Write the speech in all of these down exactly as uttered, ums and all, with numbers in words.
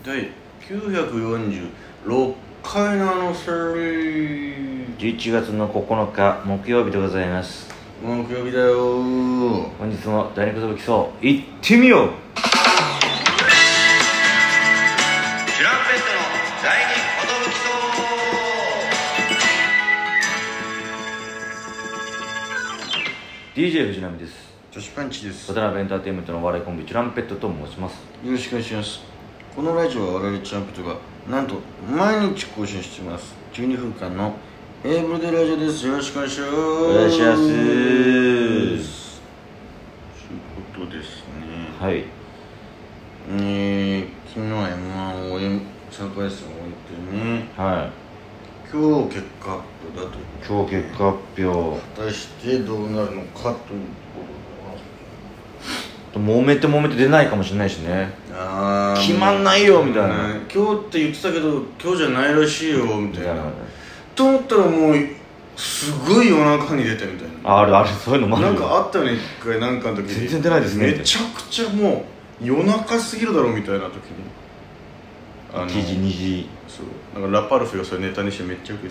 だいきゅうひゃくよんじゅうろっかいなのせりじゅういちがつのここのか木曜日でございます。 木曜日だよ。 本日も第二言武基礎行ってみよう。 チュランペットの第二言武基礎。 ディージェー 藤波です。 女子パンチです。 渡辺エンターテインメントのお笑いコンビチュランペットと申します。 よろしくお願いします。このラジオは我々チュランペットがなんと毎日更新しています。じゅうにふんかんのエイブルデイラジオです。よろしくお願いします。 お願いします。 ということですね。 はい。 えー、昨日は エムワン を終えさんかいせんを終えてね、 はい。 今日結果発表だという。 今日結果発表。 果たしてどうなるのかというところ揉めて揉めて出ないかもしれないしね。 あ決まんないよみたいな、 ね、今日って言ってたけど今日じゃないらしいよみたいなと思ったらもうすごい夜中に出たみたいな。 あるある、そういうのもある。 なんかあったよね、一回なんかの時に全然出ないですね。 めちゃくちゃもう夜中すぎるだろうみたいな時にあのいちじにじそうなんかラパルフェがそれネタにしてめっちゃウケです。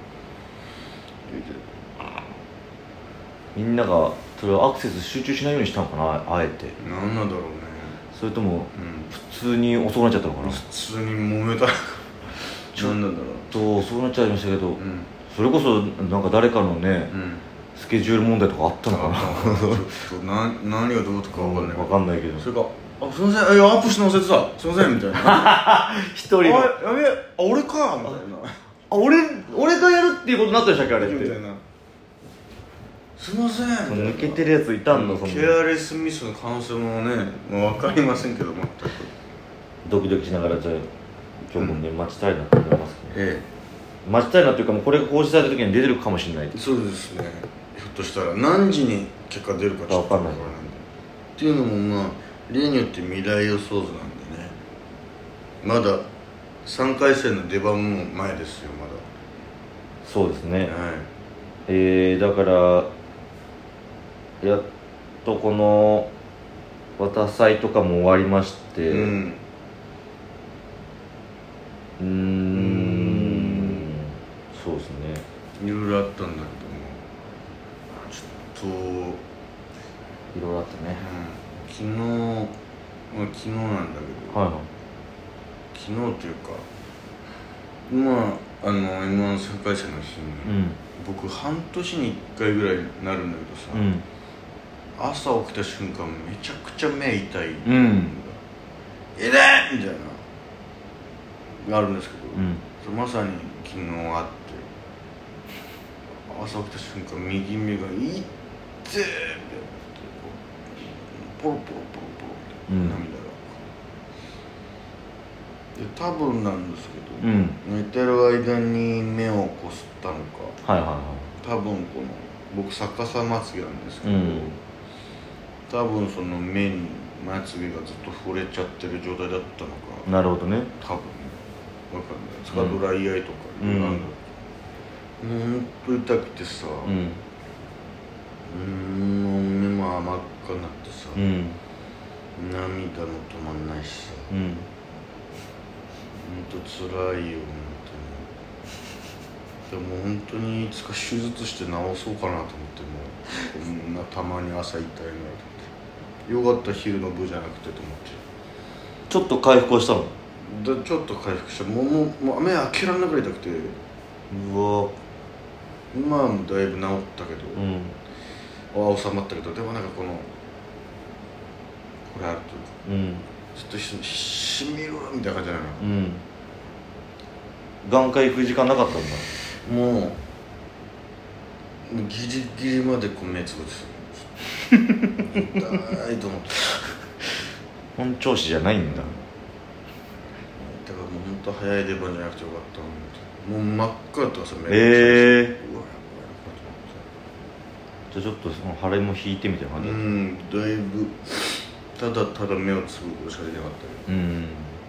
みんながそれをアクセス集中しないようにしたのかな、あえて。 なんなんだろうね。 それとも、 うん、 普通に遅くなっちゃったのかな。 普通に揉めた何なんだろうと遅くなっちゃいましたけど、 うん、 それこそなんか誰かのね、うん、スケジュール問題とかあったのかな。 ちょっとな何がどうとか分かんない分かんないけど、 それかあすいません、いやアップして載せてたすいませんみたいな一人のあやべえあ俺かみたいなあ俺俺がやるっていうことになったでしたっけあれって。 みたいなすいません抜けてるやついたんだ。そのケアレスミスの可能性もね、もう分かりませんけど全くドキドキしながらじゃあ今日もね、うん、待ちたいなと思いますけど、 ええ待ちたいなというかもうこれが公示された時に出てるかもしれない。 そうですね。ひょっとしたら何時に結果出るかちょっと分からないんでっていうのもまあ例によって未来予想図なんでね、まださんかいせんの出番も前ですよ。まだそうですね、 はい、 えー、だからやっとこの渡祭とかも終わりまして、うんうーんそうですね、 いろいろあったんだけどもちょっといろいろあったね、 うん、昨日、まあ、昨日なんだけど、 はいはい、 昨日というかまああの エムワンさんかいせんの日に、うん、僕半年にいっかいぐらいになるんだけどさ、うん、朝起きた瞬間めちゃくちゃ目痛い、うん、痛いみたいながあるんですけど、うん、それまさに昨日あって朝起きた瞬間右目が痛いってポロポロポロポロって涙が、うん、で多分なんですけど、うん、寝てる間に目をこすったのか、はいはいはい、多分この僕逆さまつげなんですけど、うん、多分その目にまつげがずっと触れちゃってる状態だったのか。 なるほどね。 多分分かんないですか、うん、ドライアイとかいろいろあるんだけど、もうほんと痛くてさ、うんうん目も真っ赤になってさ、うん、涙も止まんないしさ、うん、ほんとつらいよ本当に。でも本当にいつか手術して治そうかなと思ってもこんなたまに朝痛いなと思ってよかった昼の部じゃなくてと思って。 ちょっと回復をしたの？ でちょっと回復した。もうもうもう目開けられなくらい痛くて、 うわ今はもうだいぶ治ったけど、うん、あ収まったけど、でもなんかこのこれあるというか、うん、ちょっとししみるみたいな感じじゃないの、うん、 眼科行く時間なかったんだ。 もうギリギリまでこう目つぶって痛いと思って本調子じゃないんだ。 だからもう本当早い出番じゃなくてよかったのに、もう真っ赤だったからさ目が。 えー、うわじゃあちょっとその腫れも引いてみたいな感じ。 うんだいぶただただ目をつぶることしかできなかったけど、うん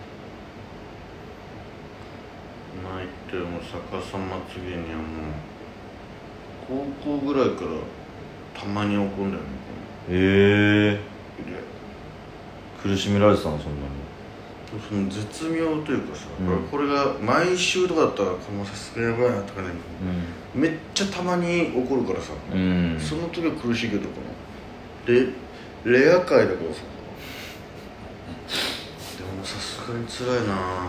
まあ言っても逆さまつげにはもう高校ぐらいからたまに起こるんだよね。 へえー、苦しめられてたのそんなに。 その絶妙というかさ、 うん、 これが毎週とかだったらこのさすがやばいなとかね、うん、めっちゃたまに起こるからさ、うん、その時は苦しいけどこのレレア回だからさ、でもさすがに辛いな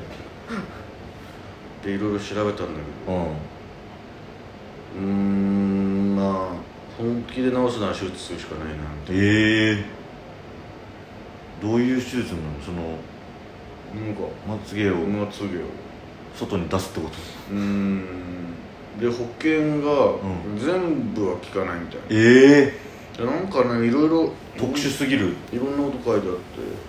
でいろいろ調べたんだけど、うん、うーんまあ本気で治すなら手術するしかないな。 ええー、どういう手術なの？そのなんかまつげをまつげを外に出すってこと？ うーんで保険が全部は効かないみたいな、うん、 ええー、なんかねいろいろ特殊すぎる、 いろんなこと書いてあって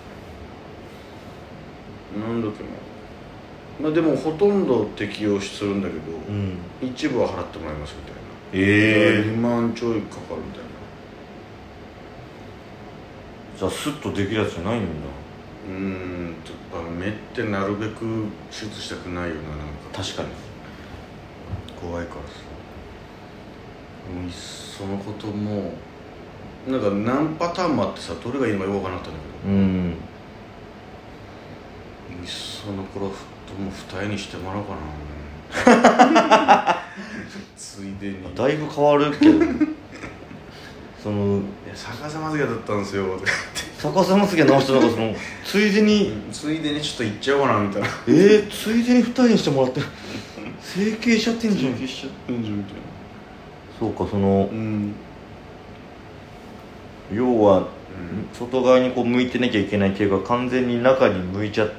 なんだっけな、まあでもほとんど適用するんだけど、うん、一部は払ってもらいますみたいな。ええー、にまんちょいかかるみたいな。 じゃあスッとできるやつじゃないんだ。 うーんやっぱ目ってなるべく手術したくないよな。なんか確かに怖いからさ、もういっそのこともなんか何パターンもあってさ、どれがいいのかよく分からなかったんだけど、うん、いっその頃ふとも二重にしてもらおうかなついでにだいぶ変わるけどそのいや逆さまつげだったんですよとか逆さまつげ直したのがそのついでに、 うん、ついでにちょっといっちゃおうかなみたいなえー、ついでに二重にしてもらって整形しちゃってんじゃん整形しちゃってんじゃんみたいな。 そうか、その、うん、要は、うん、外側にこう向いてなきゃいけないっていうか完全に中に向いちゃって、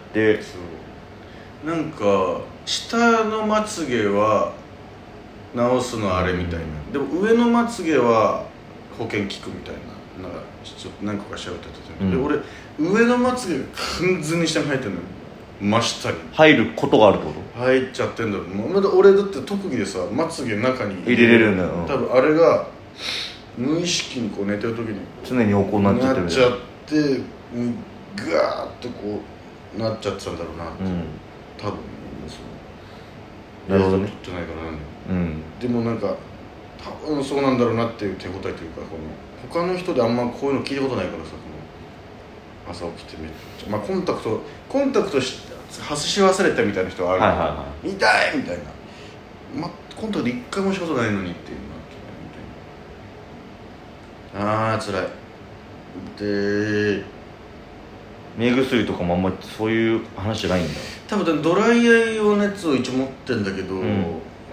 そうなんか下のまつげは直すのあれみたいな、うん、でも上のまつげは保険効くみたいな、なんかちょっと何個か調べてた、うん、で俺上のまつげが完全に下に入ってるのよ、真下に入ることがあるってこと？ 入っちゃってんだろう。もう俺だって特技でさまつげの中に入れれるんだよ、 多分あれが無意識にこう寝てる時に常に横になっちゃってる、 なっちゃってガーッとこうなっちゃってたんだろうなって、うん、多分そのなるほどね、 撮ってないからなんだよ、 うん、 でもなんか多分そうなんだろうなっていう手応えというか、この他の人であんまこういうの聞いたことないからさ、この朝起きてめっちゃ、まあ、コンタクトコンタクトし外し忘れたみたいな人はあるから、はいはいはい、痛いみたいな、ま、コンタクト一回もしたことないのにっていうのがああ辛いで、 目薬とかもあんまりそういう話じゃないんだ。 多分ドライアイ用のやつを一応持ってんだけど、うん、って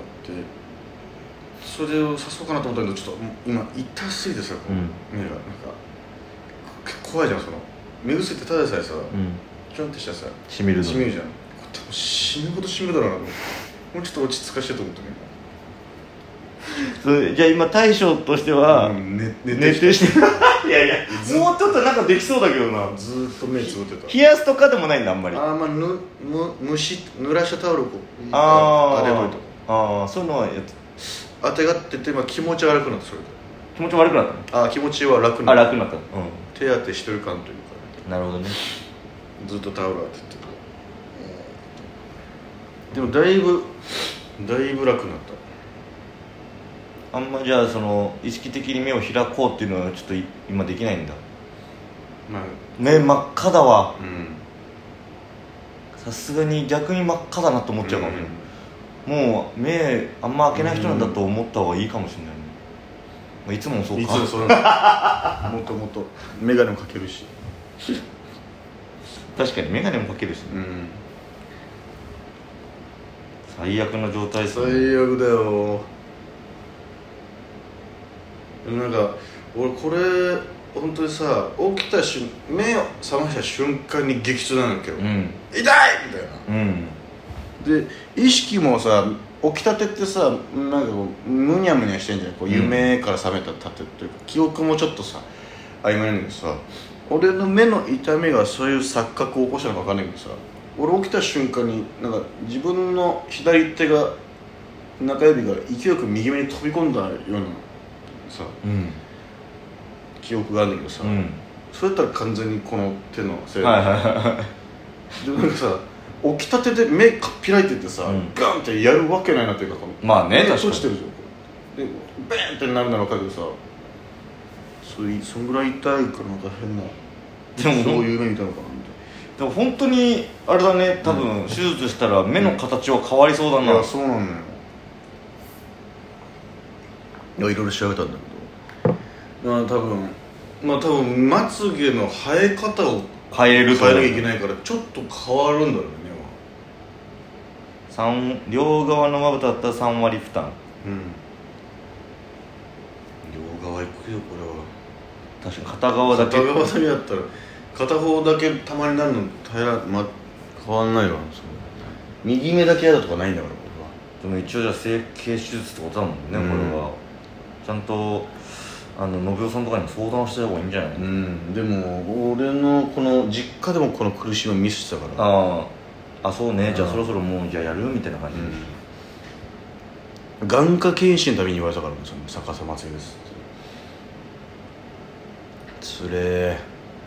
それを刺そうかなと思ったけど、ちょっと今痛すぎてさ、この目がなんか怖いじゃん。その目薬ってただでさえさ、うん、キュンってしたらさしみるしみるじゃん。多分死ぬほどしみるだろうなと思って、もうちょっと落ち着かしてと思ってね。 じゃあ今対処としては、うん、寝, 寝てしていやいやもうちょっとなんかできそうだけどな。 ずっと目つぶってた。 冷やすとかでもないんだあんまり。 ああまあぬむ蒸し濡らしたタオルをこうあ当てといとああそういうのはやつ当てがってて、まあ、気持ち悪くなった。それで気持ち悪くなったの？ ああ気持ちは楽になった。 あ楽になった、うん、 手当てしてる感というか、 なるほどね。 ずっとタオル当ててでもだいぶだいぶ楽になった。 あんまじゃあその意識的に目を開こうっていうのはちょっと今できないんだ。まあ、目真っ赤だわ。さすがに逆に真っ赤だなと思っちゃうかもしれない、うん、もう目あんま開けない人なんだと思った方がいいかもしれないね、まあ、いつもそうか。 いつもそうだもっともっと眼鏡もかけるし確かに眼鏡もかけるし、ね、うん、最悪の状態ですね。 最悪だよ。なんか俺これ本当にさ起きた瞬目を覚ました瞬間に激痛なんだけど、うん、痛いみたいな、うん、で意識もさ起きたてってさなんかこうむにゃむにゃしてんじゃん。こう夢から覚めたたてっていうか、記憶もちょっとさ曖昧なんだけどさ、俺の目の痛みがそういう錯覚を起こしたのか分かんないけどさ、俺起きた瞬間になんか自分の左手が中指が勢いよく右目に飛び込んだようなさ、うん、記憶があるんだけどさ、うん、それだったら完全にこの手のせいで、はいはいはい、でもなんかさ起きたてで目かっぴらいててさ、うん、ガンってやるわけないなっていうか、このまあね、 目閉じてるじゃん。でベーンってなるなら分かるけどさ、それそんぐらい痛いからなんか変なでもそういう目見たのかなみたいな。 でも本当にあれだね、多分、うん、手術したら目の形は変わりそうだな、 いやそうなのよ。いやいろいろ調べたんだけど、まあ多分まあ多分まつげの生え方を変えると変えなきゃいけないからちょっと変わるんだろうね。 三両側のまぶただったらさん割負担。 うん、両側いくよこれは。 確かに片側だけ、 片側だけだったら片方だけたまになるの耐えら、ま、変わんないわ。右目だけ嫌だとかないんだから僕は。でも一応じゃあ整形手術ってことだもんね、うん、これはちゃんとあの信代さんとかにも相談した方がいいんじゃない？ うん、でも俺のこの実家でもこの苦しみをミスしたから。 あああ、そうね、じゃあそろそろもうじゃあやるみたいな感じで、 うん、眼科検診のために言われたからね、その逆さまつげですって。つれえ。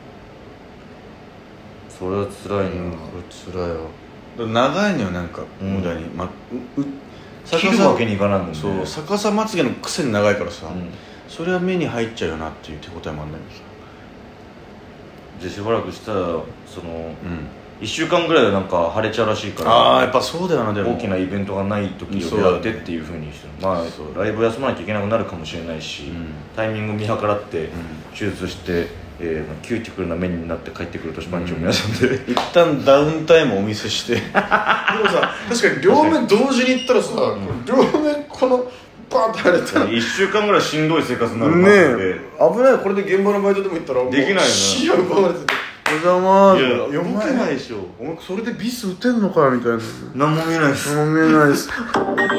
それはつらいね、うん、 これつらいよ。長いのよなんか無駄に、うん、ま、う切るわけにいかないもんね。 そう逆さまつげのくせに長いからさ、うん、それは目に入っちゃうよなっていう手応えもあんないけどさ。 じゃあしばらくしたらその、うんいっしゅうかんぐらいはなんか腫れちゃうらしいから。 ああやっぱそうだよな。でも大きなイベントがない時をやってっていうふうにしてる、まあライブ休まなきゃいけなくなるかもしれないし、うん、タイミング見計らって、うん、手術して、えー、キューティクルな目になって帰ってくる年パンチを皆さんで、 うん、一旦ダウンタイムをお見せしてでもさ確かに両目同時にいったらさ、うん、両目このバーンと腫れたらいっしゅうかんぐらいしんどい生活になるねえ。危ない。これで現場のバイトでも行ったらできないよね。 視野奪われてておはようございます。 いや読めないでしょ。 お前それでビス打てんのかよみたいな。 何も見えないです。 何も見えないです怖いです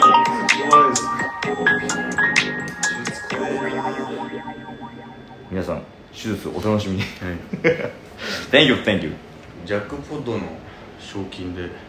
皆さん手術お楽しみに、はい、Thank you, thank you。 ジャックポッドの賞金で